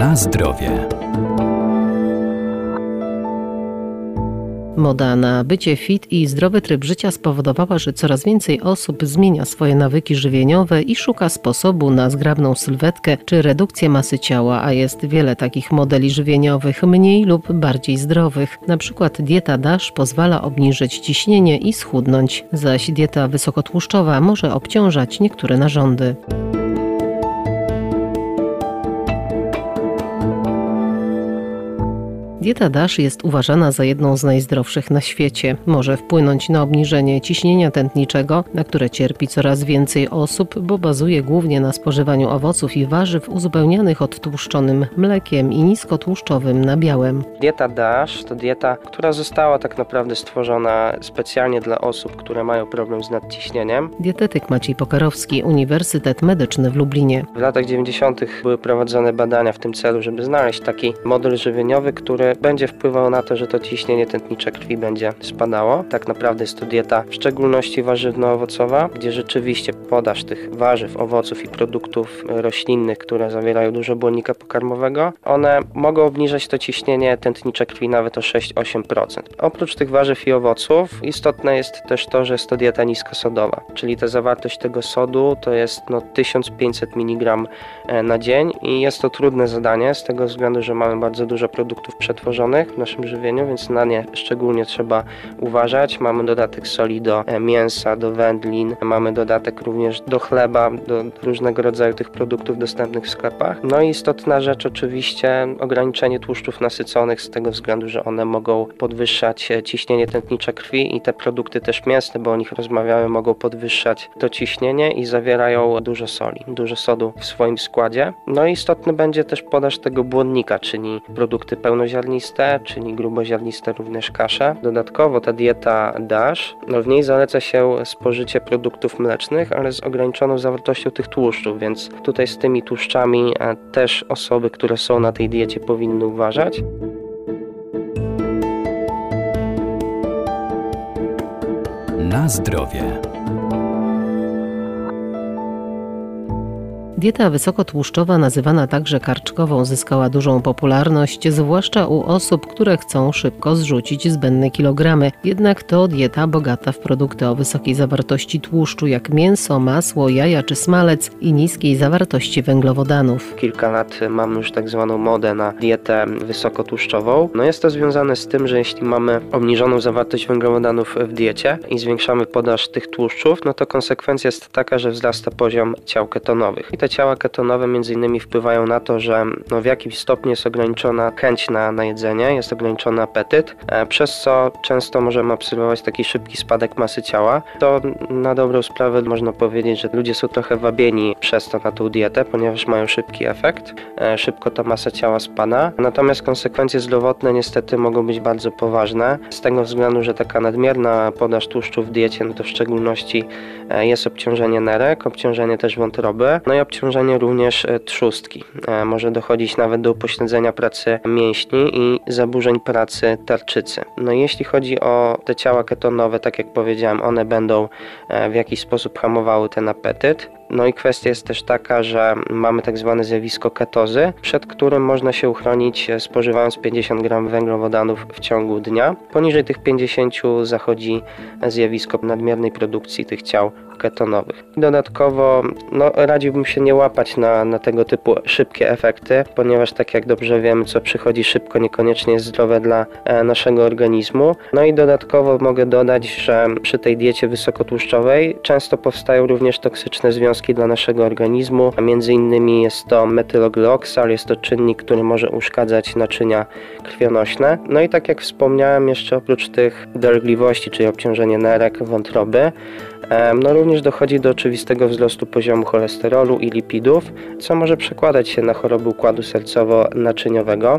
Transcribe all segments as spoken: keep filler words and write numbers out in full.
Na zdrowie. Moda na bycie fit i zdrowy tryb życia spowodowała, że coraz więcej osób zmienia swoje nawyki żywieniowe i szuka sposobu na zgrabną sylwetkę czy redukcję masy ciała, a jest wiele takich modeli żywieniowych, mniej lub bardziej zdrowych. Na przykład dieta DASH pozwala obniżyć ciśnienie i schudnąć, zaś dieta wysokotłuszczowa może obciążać niektóre narządy. Dieta DASH jest uważana za jedną z najzdrowszych na świecie. Może wpłynąć na obniżenie ciśnienia tętniczego, na które cierpi coraz więcej osób, bo bazuje głównie na spożywaniu owoców i warzyw uzupełnianych odtłuszczonym mlekiem i niskotłuszczowym nabiałem. Dieta DASH to dieta, która została tak naprawdę stworzona specjalnie dla osób, które mają problem z nadciśnieniem. Dietetyk Maciej Pokarowski, Uniwersytet Medyczny w Lublinie. W latach dziewięćdziesiątych były prowadzone badania w tym celu, żeby znaleźć taki model żywieniowy, który będzie wpływał na to, że to ciśnienie tętnicze krwi będzie spadało. Tak naprawdę jest to dieta w szczególności warzywno-owocowa, gdzie rzeczywiście podaż tych warzyw, owoców i produktów roślinnych, które zawierają dużo błonnika pokarmowego, one mogą obniżać to ciśnienie tętnicze krwi nawet o sześć do ośmiu procent. Oprócz tych warzyw i owoców istotne jest też to, że jest to dieta niskosodowa, czyli ta zawartość tego sodu to jest no, tysiąc pięćset miligramów na dzień i jest to trudne zadanie z tego względu, że mamy bardzo dużo produktów przetworzonych w naszym żywieniu, więc na nie szczególnie trzeba uważać. Mamy dodatek soli do mięsa, do wędlin, mamy dodatek również do chleba, do różnego rodzaju tych produktów dostępnych w sklepach. No i istotna rzecz oczywiście ograniczenie tłuszczów nasyconych z tego względu, że one mogą podwyższać ciśnienie tętnicze krwi i te produkty też mięsne, bo o nich rozmawiamy, mogą podwyższać to ciśnienie i zawierają dużo soli, dużo sodu w swoim składzie. No i istotny będzie też podaż tego błonnika, czyli produkty pełnoziarniste, czyli gruboziarniste również kasze. Dodatkowo ta dieta DASH, no w niej zaleca się spożycie produktów mlecznych, ale z ograniczoną zawartością tych tłuszczów, więc tutaj z tymi tłuszczami też osoby, które są na tej diecie, powinny uważać. Na zdrowie. Dieta wysokotłuszczowa, nazywana także karczkową, zyskała dużą popularność, zwłaszcza u osób, które chcą szybko zrzucić zbędne kilogramy. Jednak to dieta bogata w produkty o wysokiej zawartości tłuszczu, jak mięso, masło, jaja czy smalec i niskiej zawartości węglowodanów. Kilka lat mamy już tak zwaną modę na dietę wysokotłuszczową. No jest to związane z tym, że jeśli mamy obniżoną zawartość węglowodanów w diecie i zwiększamy podaż tych tłuszczów, no to konsekwencja jest taka, że wzrasta poziom ciał ketonowych. I te ciała ketonowe między innymi wpływają na to, że no w jakimś stopniu jest ograniczona chęć na, na jedzenie, jest ograniczony apetyt, e, przez co często możemy obserwować taki szybki spadek masy ciała. To na dobrą sprawę można powiedzieć, że ludzie są trochę wabieni przez to na tą dietę, ponieważ mają szybki efekt, e, szybko ta masa ciała spada. Natomiast konsekwencje zdrowotne niestety mogą być bardzo poważne, z tego względu, że taka nadmierna podaż tłuszczu w diecie, no to w szczególności e, jest obciążenie nerek, obciążenie też wątroby, no i obciążenie również trzustki. Może dochodzić nawet do upośledzenia pracy mięśni i zaburzeń pracy tarczycy. No i jeśli chodzi o te ciała ketonowe, tak jak powiedziałem, one będą w jakiś sposób hamowały ten apetyt. No i kwestia jest też taka, że mamy tak zwane zjawisko ketozy, przed którym można się uchronić spożywając pięćdziesiąt gramów węglowodanów w ciągu dnia. Poniżej tych pięćdziesięciu zachodzi zjawisko nadmiernej produkcji tych ciał ketonowych. Dodatkowo no, radziłbym się nie łapać na, na tego typu szybkie efekty, ponieważ tak jak dobrze wiemy, co przychodzi szybko, niekoniecznie jest zdrowe dla e, naszego organizmu. No i dodatkowo mogę dodać, że przy tej diecie wysokotłuszczowej często powstają również toksyczne związki dla naszego organizmu, a między innymi jest to metyloglykoksal, jest to czynnik, który może uszkadzać naczynia krwionośne. No i tak jak wspomniałem, jeszcze oprócz tych dolegliwości, czyli obciążenie nerek, wątroby, no również dochodzi do oczywistego wzrostu poziomu cholesterolu i lipidów, co może przekładać się na choroby układu sercowo-naczyniowego.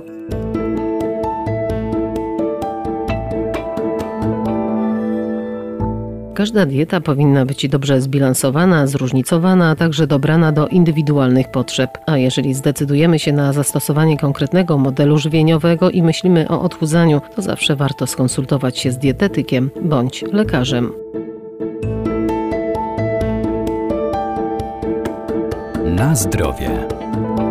Każda dieta powinna być dobrze zbilansowana, zróżnicowana, a także dobrana do indywidualnych potrzeb. A jeżeli zdecydujemy się na zastosowanie konkretnego modelu żywieniowego i myślimy o odchudzaniu, to zawsze warto skonsultować się z dietetykiem bądź lekarzem. Na zdrowie.